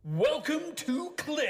Welcome to Clip。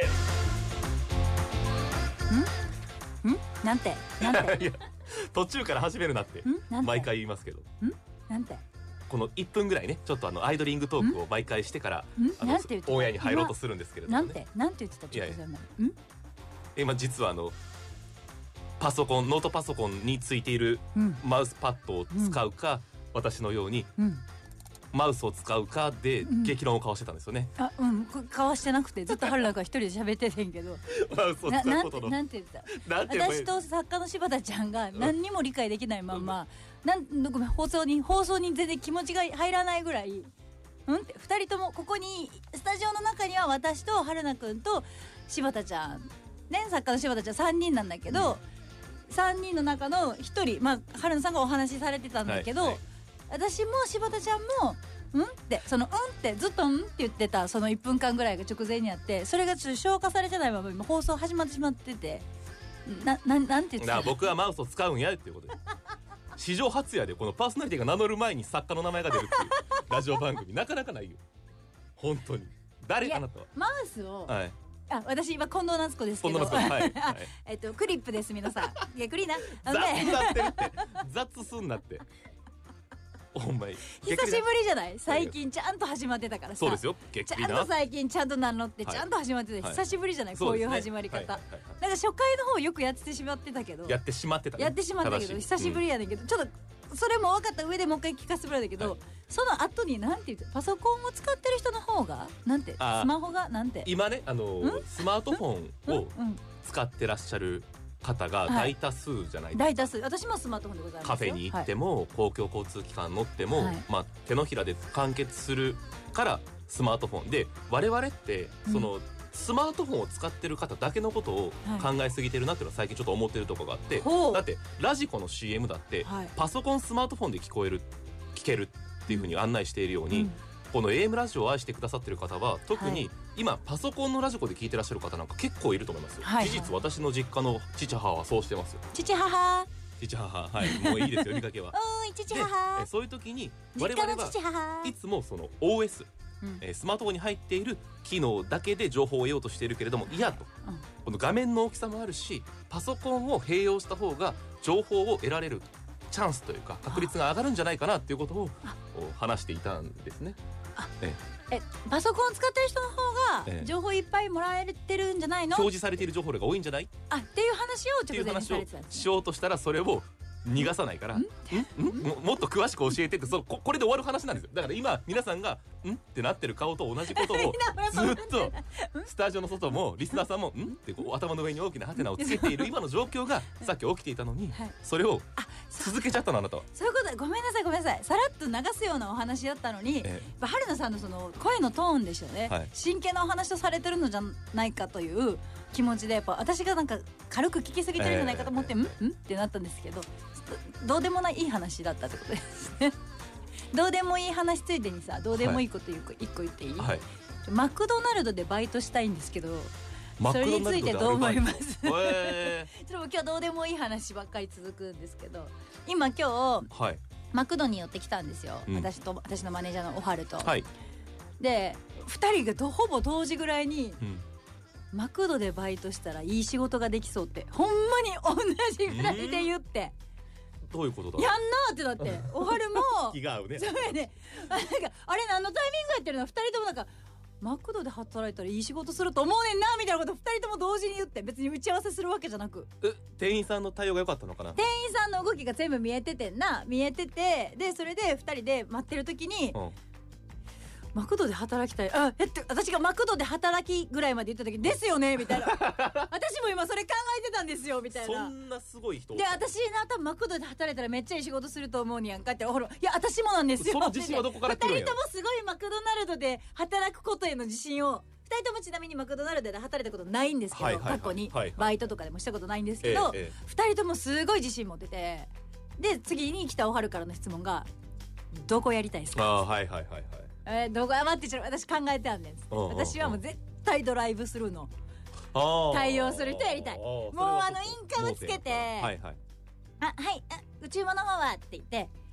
なんていや途中から始めるなって毎回言いますけど、 なんてこの1分ぐらいねちょっとアイドリングトークを毎回してからなんて言ってたオンエアに入ろうとするんですけれどもね。 なんて言ってたちょっとそれまで今実はパソコンノートパソコンについているマウスパッドを使うか、私のようにマウスを使うかで激論を交わしてたんですよね。 交わしてなくてずっと春菜が一人で喋っててんけどマウスを使うことのなんて言ってたなんて言えばいい私と作家の柴田ちゃんが何にも理解できないまんまごめん放送に全然気持ちが入らないぐらいって2人ともここにスタジオの中には私と春菜くんと柴田ちゃんね作家の柴田ちゃん3人なんだけど、3人の中の1人春菜さんがお話しされてたんだけど、私も柴田ちゃんもってってずっとって言ってたその1分間ぐらいが直前にあって、それがちょっと消化されてないまま今放送始まってしまっててなんて言ってた僕はマウスを使うんやっていうことで史上初やでこのパーソナリティが名乗る前に作家の名前が出るっていうラジオ番組なかなかないよ本当に。誰あなたはマウスを、 はい、 私今近藤夏子ですけどクリップです皆さん。いやクリーな雑なってるって雑すんなってほんまに久しぶりじゃない最近ちゃんと始まってたからさ。 そうですよちゃんと最近ちゃんと名乗ってちゃんと始まってた、久しぶりじゃない、こういう始まり方、なんか初回の方よくやってしまってたけどやってしまったけど久しぶりやねんけど、ちょっとそれも分かった上でもう一回聞かせてもらうんだけど、その後になんて言ってパソコンを使ってる人の方がなんてスマホがなんて今ねスマートフォンを使ってらっしゃる方が大多数じゃないですか。 大多数。私もスマートフォンでございますよ。 カフェに行っても、公共交通機関乗っても、手のひらで完結するからスマートフォンで、我々ってそのスマートフォンを使ってる方だけのことを考えすぎてるなっていうのは最近ちょっと思ってるところがあって、だってラジコの CM だってパソコンスマートフォンで聞けるっていう風に案内しているように、この AM ラジオを愛してくださってる方は特に今パソコンのラジコで聞いてらっしゃる方なんか結構いると思いますよ。事実私の実家の父母はそうしてますよ。 父母もういいですよ呼びかけはおい父母。 そういう時に我々はいつもその OS、スマートフォンに入っている機能だけで情報を得ようとしているけれども、いやと、この画面の大きさもあるしパソコンを併用した方が情報を得られるチャンスというか確率が上がるんじゃないかなっていうことを話していたんですね。 パソコンを使ってる人の方が情報いっぱいもらえてるんじゃないの、 表示されている情報量が多いんじゃないっていう話を直前にされてたんですね。 しようとしたらそれを逃がさないからもっと詳しく教えてってこれで終わる話なんですよ。だから今皆さんがってなってる顔と同じことをずっとスタジオの外もリスナーさんもってこう頭の上に大きなハテナをつけている今の状況がさっき起きていたのに、それを続けちゃったのあなたは。 そういうこと。ごめんなさいさらっと流すようなお話だったのに、春菜さんのその声のトーンでしょうね、真剣なお話をされてるのじゃないかという気持ちで、やっぱ私がなんか軽く聞きすぎてるんじゃないかと思ってってなったんですけど、どうでもないいい話だったってことですねどうでもいい話ついでにさ、どうでもいいこと一個言っていい、マクドナルドでバイトしたいんですけど、それについてどう思います？ちょっと今日どうでもいい話ばっかり続くんですけど、今マクドに寄ってきたんですよ、私と私のマネージャーのおはると、で2人がほぼ同時ぐらいに、マクドでバイトしたらいい仕事ができそうってほんまに同じぐらいで言って、 どういうことだやんなーってなっておはるも気が合うね。 そうやね。なんかあれ何のタイミングやってるの、2人ともなんかマクドで働いたらいい仕事すると思うねんなみたいなこと2人とも同時に言って、別に打ち合わせするわけじゃなく、 店員さんの対応が良かったのかな。 店員さんの動きが全部見えてて、でそれで2人で待ってる時に、マクドで働きたい、私がマクドで働きぐらいまで言った時ですよねみたいな私も今それ考えてたんですよみたいな。 そんなすごい人で、私多分マクドで働いたらめっちゃいい仕事すると思うにやんかって、いや私もなんですよ。 その自信はどこから来るんや。 2人ともすごいマクドナルドで働くことへの自信を、2人ともちなみにマクドナルドで働いたことないんですけど、過去にバイトとかでもしたことないんですけど、2人ともすごい自信持ってて、で次に来たおはるからの質問がどこやりたいですか。どこ待って、私考えてあんねん。私はもう絶対ドライブスルーの対応する人やりたい。もうインカムつけて、はい、ご注文の方はって言って、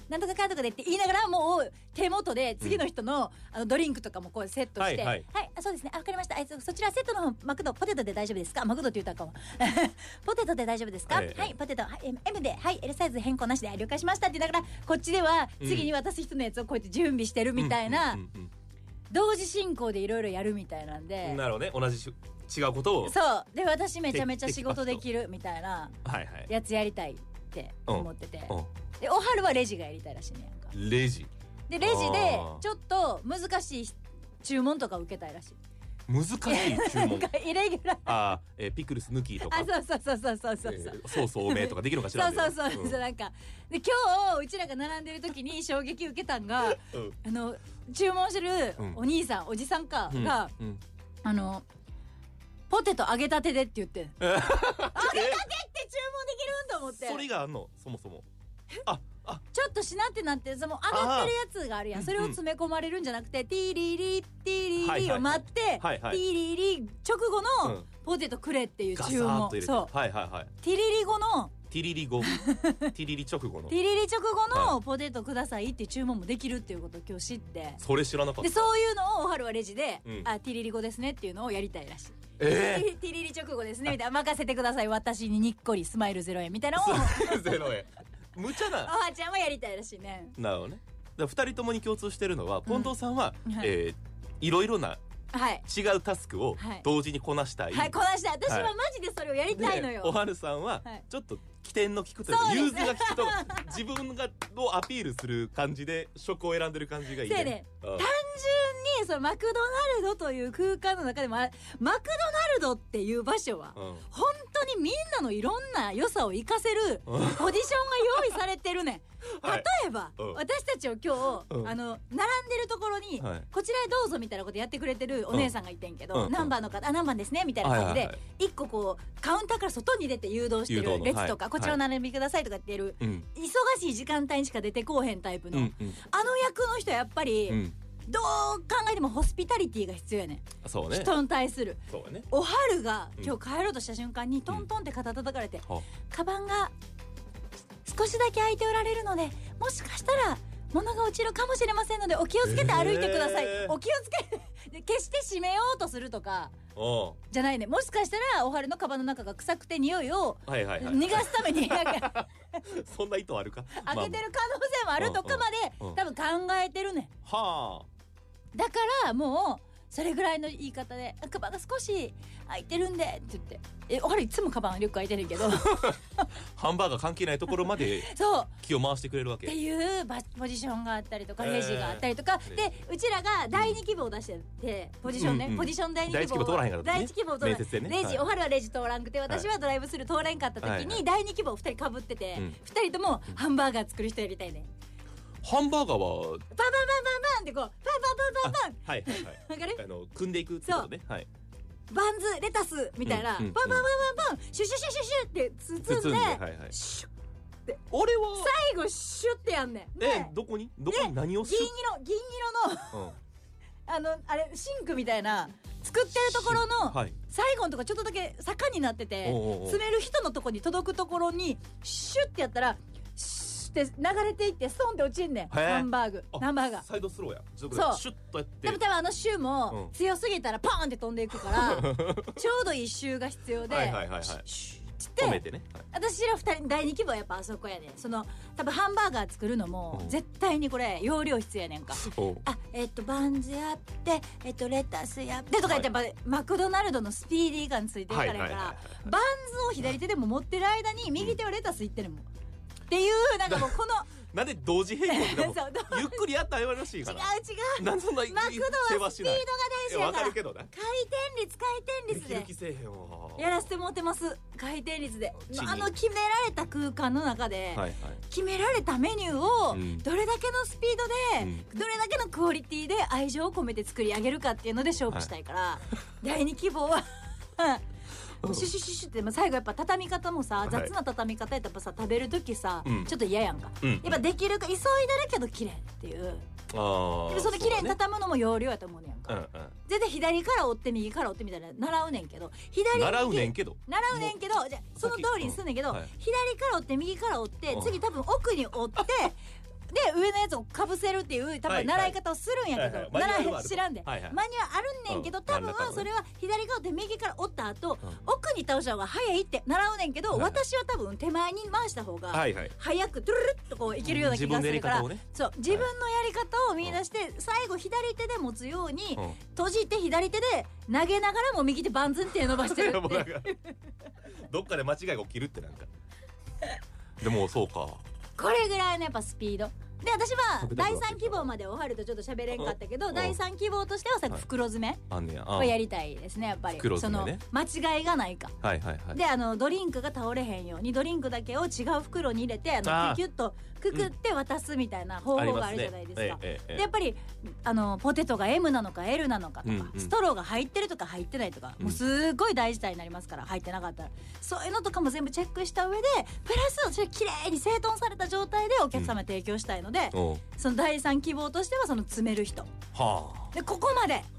なんとかかんとかでって言いながらもう手元で次の人のドリンクとかもこうセットして、はい、そうですね、わかりました、そちらセットの方マクドポテトで大丈夫ですか、マクドって言ったかもポテトで大丈夫ですか、はい、ポテト、M で、はい、L サイズ変更なしで了解しましたって言いながら、こっちでは次に渡す人のやつをこうやって準備してるみたいな、同時進行でいろいろやるみたいなんで。 なるほどね、同じ違うことを。 そうで、私めちゃめちゃ仕事できるみたいなやつやりたいって思ってて、でおはるはレジがやりたいらしいねんか。 レジでちょっと難しい注文とか受けたいらしい。 難しい注文イレギュラー、ピクルス抜きとか、 そうソース多めとかできるのかしら。 そうなんかで、今日うちらが並んでる時に衝撃受けたんが、注文してるお兄さん、おじさんかが、ポテト揚げたてでって言って揚げたてって注文できるんと思って。 それがあんの、そもそもちょっとしなってなって、その揚がってるやつがあるやん、それを詰め込まれるんじゃなくて、ティーリリティーリリを待って、ティーリリ直後のポテトくれっていう注文。そう、ティリリ後のティリリ後ティリリ直後のティリリ直後のポテトくださいっていう注文もできるっていうことを今日知って、 それ知らなかった。 でそういうのをおはるはレジで、ティリリ後ですねっていうのをやりたいらしい。ティリリ直後ですねみたいな、任せてください私ににっこりスマイル0円みたいなのを 0円無茶な。 おはちゃんはやりたいらしいね。 なるほどね。だから2人ともに共通してるのは、近藤さんは、いろいろな違うタスクを同時にこなしたい。 こなしたい。私はマジでそれをやりたいのよ。 おはるさんはちょっと起点の利くというか、融通が利くと自分がをアピールする感じで職を選んでる感じがいいね。 単純にそのマクドナルドという空間の中でも、マクドナルドっていう場所は本当にみんなのいろんな良さを生かせるポジションが用意されてるねん。例えば私たちを今日並んでるところにこちらへどうぞみたいなことやってくれてるお姉さんがいてんけど、何番の方、何番ですねみたいな感じで一個こうカウンターから外に出て誘導してる列とか、こちらお並びくださいとかって言る忙しい時間帯にしか出てこうへんタイプの役の人はやっぱりどう考えてもホスピタリティが必要やねん。 そうね、 人に対する。おはるが今日帰ろうとした瞬間にトントンって肩叩かれて、カバンが少しだけ空いておられるので、もしかしたら物が落ちるかもしれませんのでお気をつけて歩いてください。お気をつけで決して閉めようとするとかじゃないね。もしかしたらおはるのカバンの中が臭くて匂いを逃がすためにそんな意図あるか、 開けてる可能性もあるとかまで多分考えてるねん。だからもうそれぐらいの言い方で、カバンが少し開いてるんでって言って、おはるいつもカバンリュック開いてるんけどハンバーガー関係ないところまで気を回してくれるわけっていうポジションがあったりとか、レジがあったりとかで、うちらが第2希望を出してて、ポジションね、ポジション第2希望通らへんかったね。 第1希望通らへん、レジ、おはるはレジ通らんくて、私はドライブスルー通れんかった時に第2希望2人かぶってて、2人ともハンバーガー作る人やりたいね。 ハンバーガーはパンパンパンパンパンってこうパンパンパンパンパン、わかる？ 組んでいくってことね。 バンズレタスみたいな、パンパンパンパンパンシュシュシュシュシュって包んで、シュッって俺は最後シュッてやんねん。 どこに何をシュッ？ 銀色のあれシンクみたいな作ってるところの最後のとこちょっとだけ坂になってて、詰める人のとこに届くところにシュッてやったらって流れていってストンって落ちんねん。ハンバーガーサイドスローや。そうシュッとやって、 でも多分シューも強すぎたらパーンって飛んでいくからちょうどいいシューが必要で、シュッって止めてね。私ら2人第2規模はやっぱあそこやねん。その多分ハンバーガー作るのも絶対にこれ容量必要やねんか。バンズやってレタスやってとか言って、やっぱマクドナルドのスピーディー感ついてるからやから、バンズを左手でも持ってる間に右手はレタスいってるもんっていう、なんかもうこのなんで同時並行でもゆっくりやったらよろしいかな。 違うマクドはスピードが大事やから、回転率でやらせてもってます。回転率で決められた空間の中で決められたメニューをどれだけのスピードでどれだけのクオリティで愛情を込めて作り上げるかっていうので勝負したいから、第2希望はシュシュシュシュって、最後やっぱ畳み方もさ、雑な畳み方やったらさ、食べる時さ、ちょっと嫌やんか、やっぱできるか急いでるけど綺麗っていう、その綺麗に畳むのも要領やと思うねやんか、全然左から折って右から折ってみたいな習うねんけど、 習うねんけどじゃその通りにすんねんけど、左から折って右から折って、次多分奥に折ってで上のやつをかぶせるっていう多分習い方をするんやけど、知らんで、マニュアルあるんねんけど、多分それは左側で右から折った後、奥に倒した方が早いって習うねんけど、私は多分手前に回した方が早くドゥルルッとこういけるような気がするから、そう自分のやり方を見出して最後左手で持つように閉じて左手で投げながらも右手バンズンって伸ばしてるってどっかで間違いが起きるってなんかでもそうか、 これぐらいのやっぱスピードで、私は第3希望までおはるとちょっと喋れんかったけど、第3希望としてはさ、袋詰めをやりたいですね、やっぱり。その間違いがないか。でドリンクが倒れへんようにドリンクだけを違う袋に入れてキュキュッとくくって渡すみたいな方法があるじゃないですか。でやっぱりポテトが M なのか L なのかとか、ストローが入ってるとか入ってないとか、もうすごい大事態になりますから、入ってなかったらそういうのとかも全部チェックした上で、プラスそれきれいに整頓された状態でお客様に提供したいので、その第3希望としてはその詰める人で、ここまで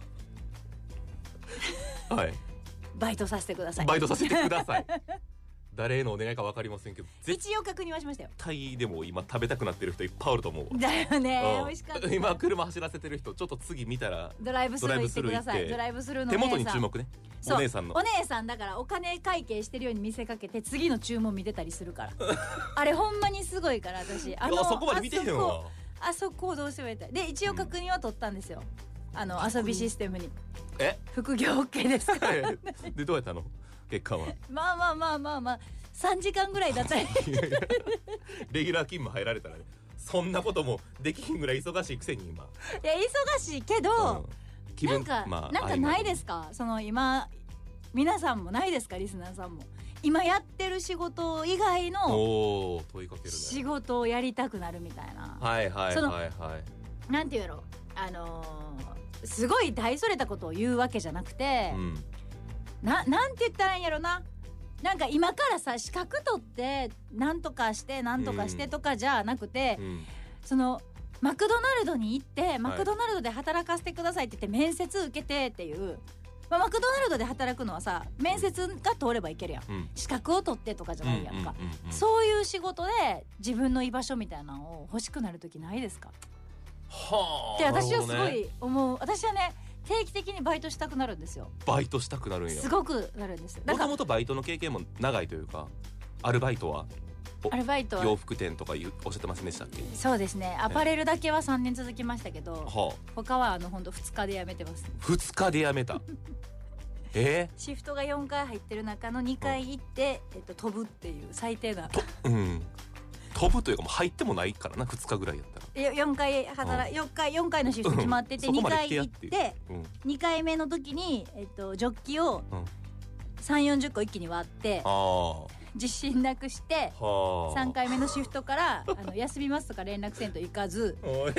バイトさせてください。 バイトさせてください誰へのお願いか分かりませんけど、 一応確認はしましたよ。 絶対でも今食べたくなってる人いっぱいあると思うわ。 だよね、美味しかった。 今車走らせてる人ちょっと次見たらドライブスルー行ってください。ドライブスルーの手元に注目ね。お姉さんのお姉さんだからお金会計してるように見せかけて次の注文見てたりするからあれほんまにすごいから、私そこまで見てへんわ。 あそこをどうしてもやりたい。で一応確認は取ったんですよ、遊びシステムに。副業 OK ですかでどうやったの結果は。 まあ3時間ぐらいだったりレギュラー勤務入られたらね、そんなこともできひんぐらい忙しいくせに今。 いや忙しいけど、なんかないですか、その今皆さんもないですか、リスナーさんも今やってる仕事以外の仕事をやりたくなるみたいな。なんていうの、すごい大それたことを言うわけじゃなくて、なんて言ったらいいんやろな。なんか今からさ、資格取ってなんとかしてなんとかしてとかじゃなくて、そのマクドナルドに行って、マクドナルドで働かせてくださいって言って面接受けてっていう、マクドナルドで働くのはさ、面接が通ればいけるやん、資格を取ってとかじゃないやんか。そういう仕事で自分の居場所みたいなのを欲しくなる時ないですかって私はすごい思う。私はね、定期的にバイトしたくなるんですよ。 バイトしたくなるんや。 すごくなるんです。 もともとバイトの経験も長いというか、アルバイトは洋服店とかおっしゃってませんでしたっけ。 そうですね、アパレルだけは3年続きましたけど、他はほんと2日で辞めてます。 2日で辞めたシフトが4回入ってる中の2回行って、飛ぶっていう最低な飛ぶというかもう入ってもないからな、2日ぐらいやったら。 4回のシフト決まってて、2回行って2回目の時にジョッキを30-40個一気に割って自信なくして、3回目のシフトから休みますとか連絡せんと行かず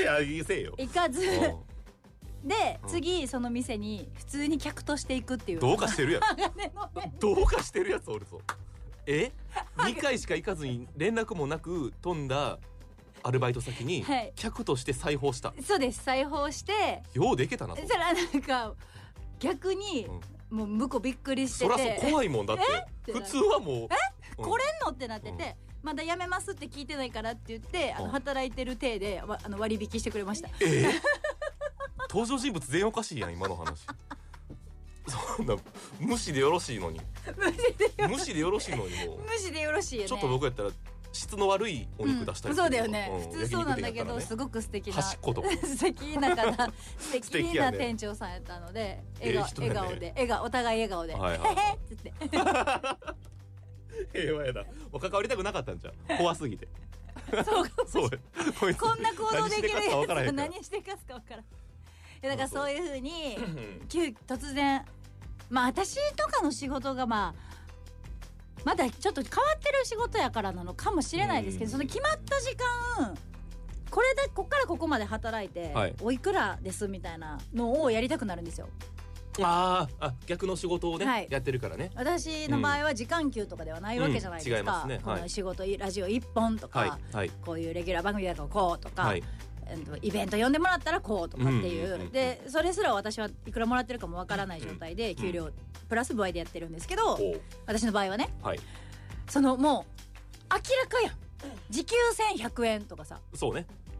で、次その店に普通に客としていくっていう。 どうかしてるやつどうかしてるやつおるぞ。2回しか行かずに連絡もなく飛んだアルバイト先に客として裁縫した。 そうです、裁縫してようできたなと。 そしたらなんか逆にもう向こうびっくりしてて、 そりゃそう怖いもんだって普通はもう来れんのってなってて、まだ辞めますって聞いてないからって言って働いてる体で割引してくれました。 登場人物全員おかしいやん今の話そんな無視でよろしいのに無視でよろしいのにもう無視でよろしいよね。 ちょっと僕やったら質の悪いお肉出したりする、 そうだよね、普通そうなんだけど、すごく素敵な端っことか素敵な方素敵な店長さんやったので、笑顔でお互い笑顔でへへって言って平和やな。もう関わりたくなかったんじゃん、怖すぎてそうこんな行動できるやつ何してかすか分からん。だからそういう風に突然、私とかの仕事がまだちょっと変わってる仕事やからなのかもしれないですけど、その決まった時間こっからここまで働いて、おいくらですみたいなのをやりたくなるんですよ。 逆の仕事をね、やってるからね。 私の場合は時間給とかではないわけじゃないですか。この仕事ラジオ1本とか、こういうレギュラー番組だとこうとか、イベント呼んでもらったらこうとかっていう、でそれすら私はいくらもらってるかもわからない状態で給料プラス歩合でやってるんですけど、私の場合はね、そのもう明らかやん、時給1100円とかさ、 そうね、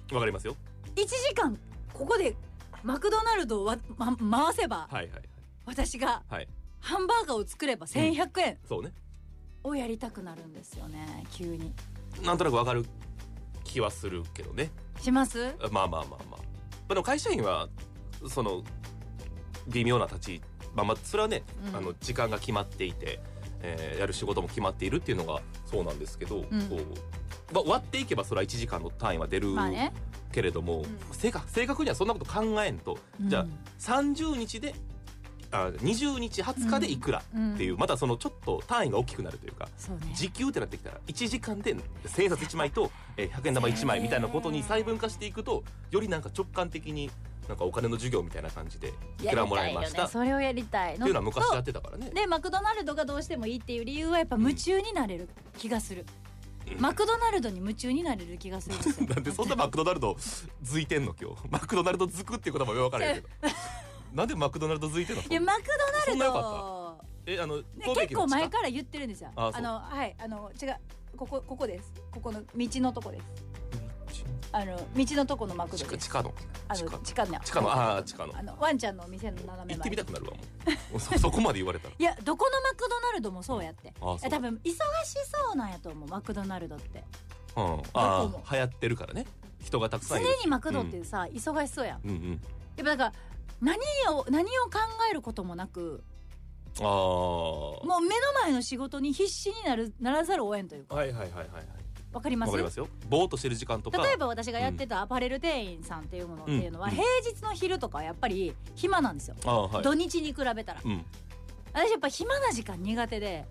わかりますよ。 1時間ここでマクドナルドを回せば、 はいはいはい、 私がはい、 ハンバーガーを作れば1100円そうねをやりたくなるんですよね。急になんとなくわかる気はするけどね。 します？ まあまあまあまあ、でも会社員はその微妙な立ち、まあそれはね、時間が決まっていて、やる仕事も決まっているっていうのがそうなんですけど、こう割っていけばそれは1時間の単位は出る、けれども、正確にはそんなこと考えんと、じゃあ30日で20日20日でいくらっていう、またそのちょっと単位が大きくなるというか、時給ってなってきたら1時間で1000円札1枚と100円玉1枚みたいなことに細分化していくと、よりなんか直感的になんかお金の授業みたいな感じでいくらもらいました、 それをやりたいのっていうのは昔やってたからね。 でマクドナルドがどうしてもいいっていう理由はやっぱ夢中になれる気がする、マクドナルドに夢中になれる気がするんですよなんでそんなマクドナルドづいてんの今日。マクドナルドづくっていうこともよくわからないけどなんでマクドナルドづいてんの？ いやマクドナルド結構前から言ってるんですよ。はい、違う、ここです。ここの道のとこです。道のとこのマクドです。 地下のワンちゃんのお店の斜め前。 行ってみたくなるわもうそこまで言われたら。 いやどこのマクドナルドもそうやって。多分忙しそうなんやと思う、マクドナルドって。 流行ってるからね、人がたくさんいる。 常にマクドってさ、忙しそうやん。やっぱだから何を考えることもなく、もう目の前の仕事に必死にならざるを得んというか。わかります？ わかりますよ。ぼーっとしてる時間とか、 例えば私がやってたアパレル店員さんっていうものっていうのは、平日の昼とかはやっぱり暇なんですよ、土日に比べたら。私やっぱ暇な時間苦手で。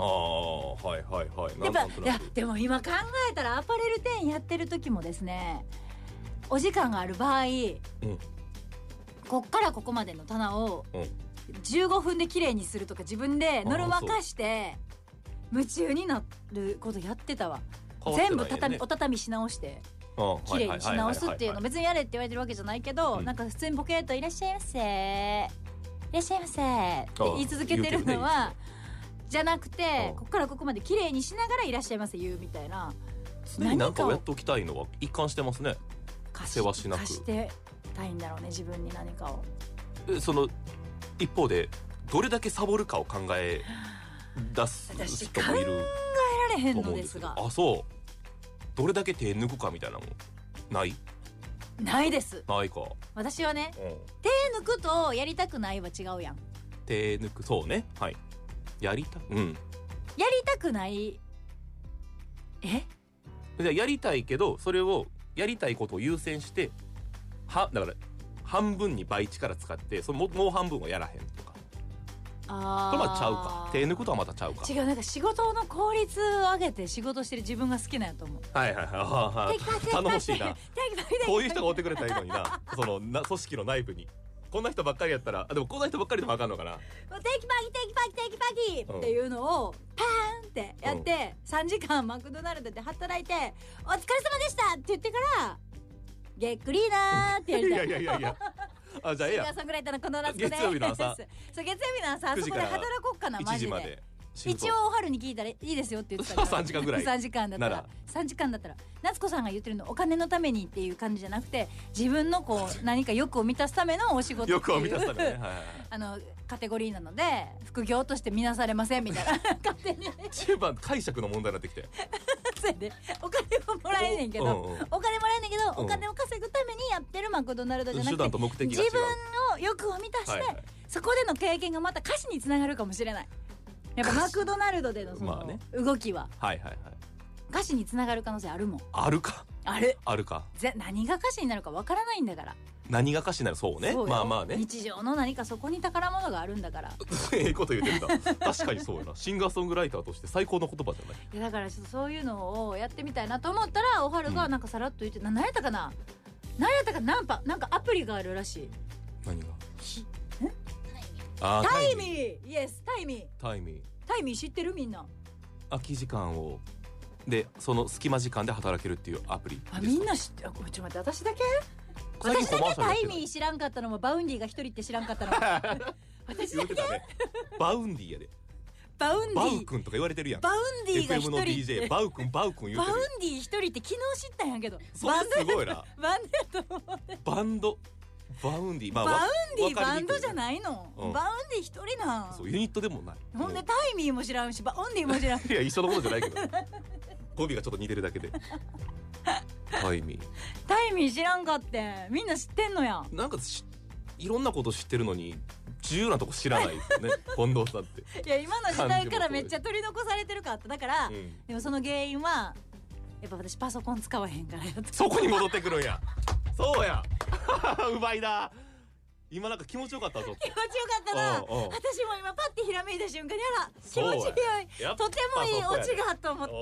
やっぱいやでも今考えたらアパレル店員やってる時もですね、お時間がある場合、こっからここまでの棚を15分で綺麗にするとか自分でノルマ化して夢中になることやってたわ。全部お畳し直して綺麗にし直すっていうの、別にやれって言われてるわけじゃないけど、なんか普通にボケっといらっしゃいませいらっしゃいませって言い続けてるのはじゃなくて、こっからここまで綺麗にしながらいらっしゃいませ言うみたいな。 常に何かをやっておきたいのは一貫してますね。世話しなく貸してたいんだろうね、自分に何かを。 その一方でどれだけサボるかを考え出す人もいる。 考えられへんのですが。 あ、そう。どれだけ手抜くかみたいなのもないです。 ないか。 私はね、手抜くとやりたくないは違うやん。 手抜く、そうね、はい。やりたくないやりたいけど、それをやりたいことを優先してだから半分に倍力使って、そのもう半分はやらへんとか。とはちゃうか。手抜くとはまたちゃうか。 違う、なんか仕事の効率を上げて仕事してる自分が好きなんやと思う。 頼もしいな。こういう人がおってくれたらいいのにな。その組織の内部にこんな人ばっかりやったら、でもこんな人ばっかりでもあかんのかな。 テキパキっていうのをパーンってやって、3時間マクドナルドで働いてお疲れ様でしたって言ってからげっくりなーってやりたい。 いやじゃあシンガーソングライターのこの夏で月曜日の朝そう月曜日の朝あそこで働こうかな、マジで。一応お春に聞いたらいいですよって言ってたから 3時間ぐらい 3時間だったら夏子さんが言ってるのお金のためにっていう感じじゃなくて、自分のこう何か欲を満たすためのお仕事っていう欲を満たすためね、 カテゴリーなので副業として見なされませんみたいな勝手に中盤解釈の問題になってきてそれでお金ももらえねんけど、お金を稼ぐためにやってるマクドナルドじゃなくて、自分の欲を満たして、そこでの経験がまた歌詞につながるかもしれない。やっぱマクドナルドでのその動きは歌詞につながる可能性あるもん。 あるか。 何が歌詞になるかわからないんだから。 何が歌詞になる。そうね。まあね。 日常の何かそこに宝物があるんだから。 ええこと言ってるんだ。確かにそうやな。シンガーソングライターとして最高の言葉じゃない。 いやだからちょっとそういうのをやってみたいなと思ったら、おはるがなんかさらっと言って、何やったかななんかアプリがあるらしい。 何が？ タイミー。イエス、タイミー知ってる？みんな空き時間をでその隙間時間で働けるっていうアプリですか？ みんな知って。ちょっと待って、私だけタイミー知らんかったのもバウンディが一人って知らんかったのも私だけバウンディやで。 バウンディバウ君とか言われてるやん。 バウンディが一 FM の人 DJ バウ君言うてるやん。 バウンディ一人って昨日知ったんやけど、 それすごいな。 バンドやと思って。 バンドバウンディ、 バウンディバンドじゃないの、バウンディ一人なん。 そうユニットでもない。 ほんでタイミーも知らんしバウンディも知らん。 いや一緒のことじゃないけど語尾がちょっと似てるだけでタイミー知らんかって。みんな知ってんのや。 なんかいろんなこと知ってるのに自由なとこ知らないですよね近藤さんって。 いや今の時代からめっちゃ取り残されてるかった。だから、でもその原因はやっぱ私パソコン使わへんからやと。 そこに戻ってくるんや。そうやうまいな。今なんか気持ちよかったぞ。 気持ちよかったな。私も今パッてひらめいた瞬間にあら気持ちよい、とてもいいオチがと思って、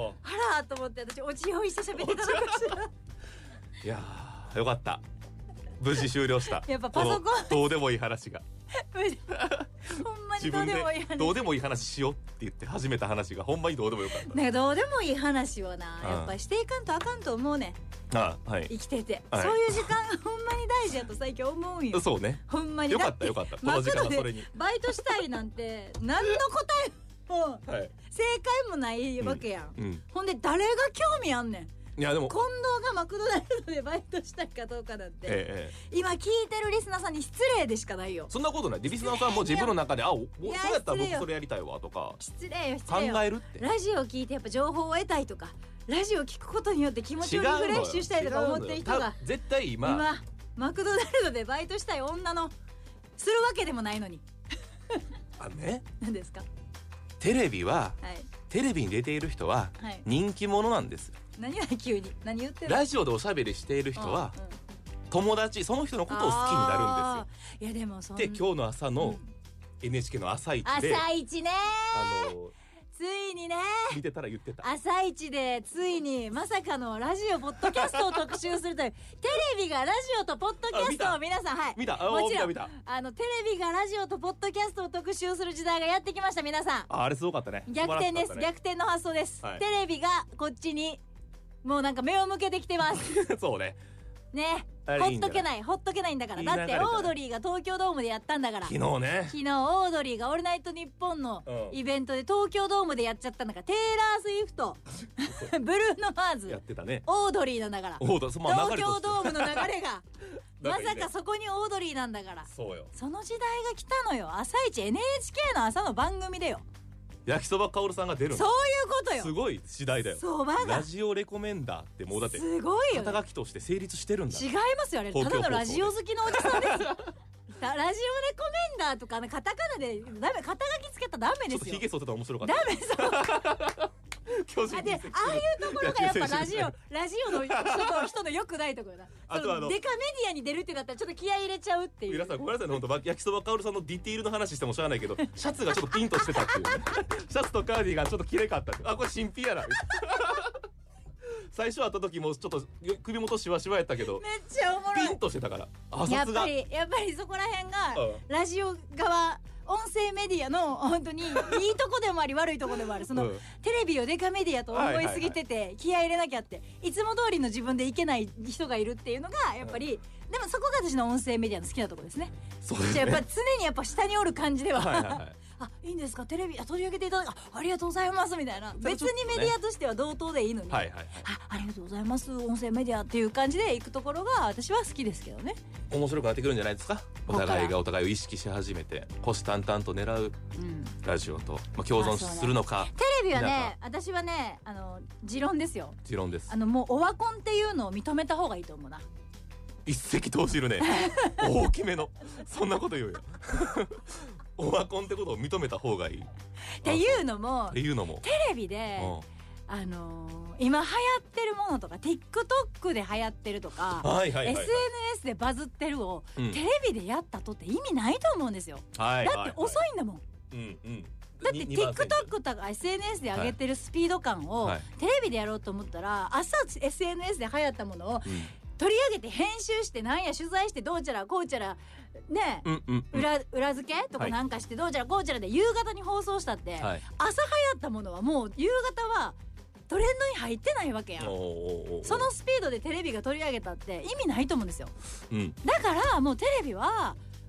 あらと思って私オチ用意して喋ってたのかしら。 いやーよかった、無事終了した。 やっぱパソコンどうでもいい話がほんまにどうでもいい話、 どうでもいい話しようって言って始めた話がほんまにどうでもよかった。 なんかどうでもいい話をな、やっぱりしていかんとあかんと思うね。 はい、 生きてて、そういう時間がほんまに大事やと最近思うんよ。 そうね、 ほんまに。 よかったよかった、この時間はそれにバイトしたいなんて何の答えも正解もないわけやん、ほんで誰が興味あんねん。 いやでも近藤がマクドナルドでバイトしたいかどうかなんて、今聞いてるリスナーさんに失礼でしかないよ。 そんなことない。リスナーさんも自分の中でそうやったら僕それやりたいわとか失礼よ考えるって。 ラジオ聞いてやっぱ情報を得たいとか、ラジオ聞くことによって気持ちをリフレッシュしたいとか思ってる人が絶対今マクドナルドでバイトしたい女のするわけでもないのに何ですか。 テレビは、テレビに出ている人は人気者なんです。 何や急に何言ってる。 ラジオでおしゃべりしている人は、友達、その人のことを好きになるんですよ。 いやでもで今日の朝の NHK の朝一で、 朝一ねついにね見てたら言ってた。 朝一でついにまさかのラジオポッドキャストを特集するというテレビがラジオとポッドキャストを皆さん見たもちろん見たテレビがラジオとポッドキャストを特集する時代がやってきました。皆さんあれすごかったね。 逆転です、逆転の発想です、テレビがこっちにもうなんか目を向けてきてますそうねほっとけないんだから。だってオードリーが東京ドームでやったんだから。昨日オードリーがオールナイトニッポンのイベントで東京ドームでやっちゃったんだから。テイラー・スウィフトブルーノ・マーズやってたね。オードリーなんだから。東京ドームの流れがまさかそこにオードリーなんだから。 そうよ、 その時代が来たのよ。朝一 NHK の朝の番組でよ。 焼きそばかおるさんが出るの。 そういうことよ。 すごい時代だよ。 そばラジオレコメンダーってもうだってすごいよ、 肩書きとして成立してるんだ。 違いますよ、あれただのラジオ好きのおじさんですよラジオレコメンダーとかカタカナでダメ、肩書きつけたらダメですよ。ちょっとヒゲ剃ってたら面白かった。 ダメそうでああいうところがやっぱラジオの人の良くないところだ。あとデカメディアに出るってなったらちょっと気合い入れちゃうっていう。 皆さんごめんなさいね、本当焼きそばかおるさんのディティールの話してもしゃあないけどシャツがちょっとピンとしてたっていうねシャツとカーディガンちょっと綺麗かったって。あ、これ新品やな最初会った時もちょっと首元シワシワやったけどめっちゃおもろい。 ピンとしてたから。 やっぱりそこら辺がラジオ側音声メディアの本当にいいとこでもあり悪いとこでもある。そのテレビをデカメディアと思いすぎてて気合い入れなきゃっていつも通りの自分でいけない人がいるっていうのがやっぱり、でもそこが私の音声メディアの好きなとこですね。 そうですね。 じゃあやっぱ常にやっぱ下におる感じではあ、いいんですかテレビ取り上げていただきありがとうございますみたいな、別にメディアとしては同等でいいのに、ありがとうございます音声メディアっていう感じで行くところが私は好きですけどね。 面白くなってくるんじゃないですか。お互いがお互いを意識し始めて虎視眈々と狙うラジオと共存するのか。 テレビはね、私はね持論ですよ。 持論です。 もうオワコンっていうのを認めた方がいいと思うな。 一石投じるね大きめのそんなこと言うよオワコンってことを認めた方がいいっていうのもテレビで今流行ってるものとか TikTok で流行ってるとか SNS でバズってるをテレビでやったとって意味ないと思うんですよ。だって遅いんだもん。だって TikTok とか SNS で上げてるスピード感をテレビでやろうと思ったら朝 SNS で流行ったものを取り上げて編集してなんや取材してどうちゃらこうちゃらね裏付けとかなんかしてどうちゃらこうちゃらで夕方に放送したって朝流行ったものはもう夕方はトレンドに入ってないわけやん。そのスピードでテレビが取り上げたって意味ないと思うんですよ。だからもうテレビは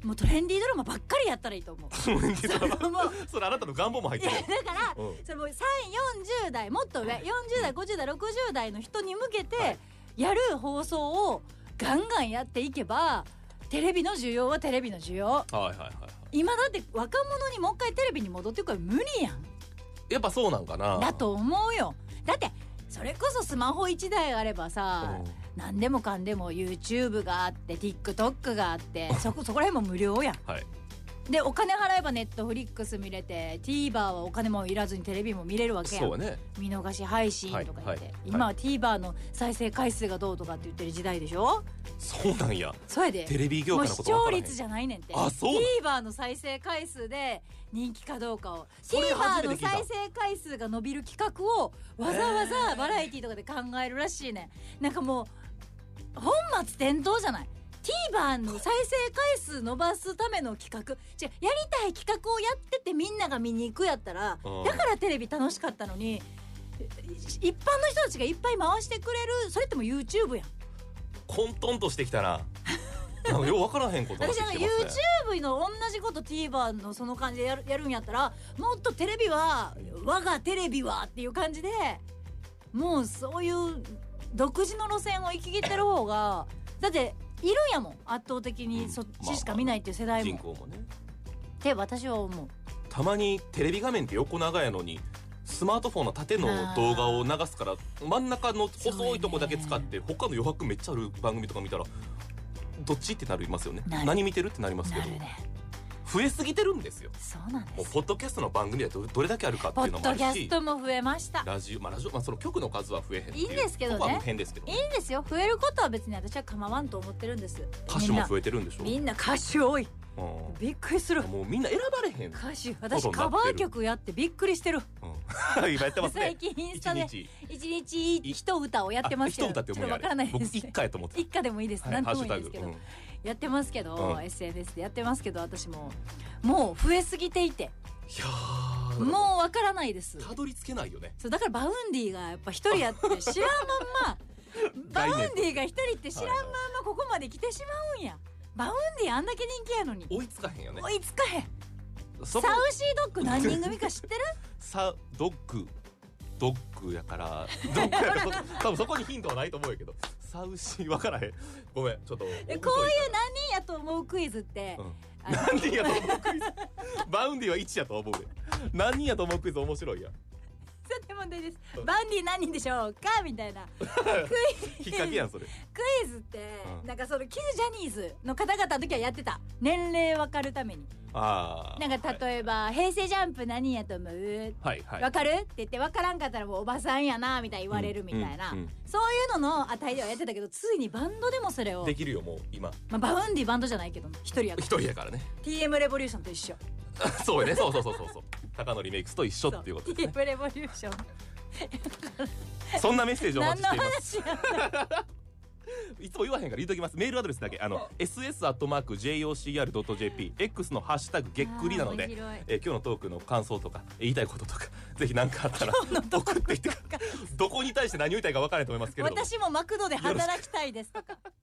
もうトレンディードラマばっかりやったらいいと思うそれあなたの願望も入ってる。 だから、それもう3、40代もっと上40代50代60代の人に向けてやる放送をガンガンやっていけば、テレビの需要はテレビの需要。今だって若者にもう一回テレビに戻ってくる無理やん。 やっぱそうなんかな。 だと思うよ。だってそれこそスマホ1台あればさ、何でもかんでも YouTube があって TikTok があってそこら辺も無料やん、でお金払えば Netflix 見れて TVer はお金もいらずにテレビも見れるわけやん。 そうね、 見逃し配信とか言って、今は TVer の再生回数がどうとかって言ってる時代でしょ。 そうなんや。 そうやで、 テレビ業界のこともう視聴率じゃないねんて。 あ、そう TVer の再生回数で人気かどうかを、 TVer の再生回数が伸びる企画をわざわざバラエティとかで考えるらしいねん。なんかもう本末転倒じゃない。 TVer の再生回数伸ばすための企画、やりたい企画をやっててみんなが見に行くやったら、だからテレビ楽しかったのに、一般の人たちがいっぱい回してくれる、それっても YouTube やん。 混沌としてきたな。なんかよう分からへんことになってきてますね。 私は YouTube の同じこと TVer のその感じでやるんやったら、もっとテレビは我がテレビはっていう感じで、もうそういう独自の路線を行き切ってる方がだっているんやもん、圧倒的にそっちしか見ないっていう世代も、 人口もねって私は思う。 たまにテレビ画面って横長やのにスマートフォンの縦の動画を流すから真ん中の細いとこだけ使って他の余白めっちゃある番組とか見たらどっちってなりますよね。何見てるってなりますけど、増えすぎてるんですよ。 そうなんです。 もうポッドキャストの番組だとどれだけあるかっていうのもあるし、 ポッドキャストも増えました。 ラジオ、その局の数は増えへんっていう、 いいんですけどね、 そこは変ですけど、 いいんですよ。増えることは別に私は構わんと思ってるんです。 歌手も増えてるんでしょ。 みんな歌手多い、びっくりする。 もうみんな選ばれへん歌手、私カバー曲やってびっくりしてる、 今やってますね。 最近インスタで一日一歌をやってますけど、 ちょっとわからないです。 僕一回やと思ってた。 一回でもいいです、なんともいいですけど、やってますけど、SNS でやってますけど、私ももう増えすぎていて、 いやもうわからないです。 たどり着けないよね。 そうだからバウンディがやっぱ一人やって知らんまんまバウンディが一人って知らんまんまここまで来てしまうんや。バウンディあんだけ人気やのに追いつかへんよね。 追いつかへん。サウシードッグ何人組か知ってる？ ドッグやから多分そこにヒントはないと思うやけど、サウシー分からへん。ごめんちょっと。こういう何人やと思うクイズって、 何人やと思うクイズバウンディは1やと思うで。何人やと思うクイズ面白いやん。 さて問題です。バウンディ何人でしょうかみたいな引っ掛けやんそれ。 クイズって、なんかその旧ジャニーズの方々の時はやってた。年齢分かるために。なんか例えば、平成ジャンプ何やと思う、分かるって言って、分からんかったらもうおばさんやなみたいに言われるみたいな、そういうのの値ではやってたけど、ついにバンドでもそれをできるよもう今。 バウンディバンドじゃないけど一人やからね。 TM レボリューションと一緒そうやね。そう高典メイクスと一緒っていうことですね。 TM レボリューションそんなメッセージをお待ちしています。 何の話やったいつも言わへんから言うときます。メールアドレスだけss@jocr.jp、 X のハッシュタグげっくりなので、今日のトークの感想とか言いたいこととかぜひ何かあったら送ってきてどこに対して何を言いたいか分からないと思いますけれども、 私もマクドで働きたいですとか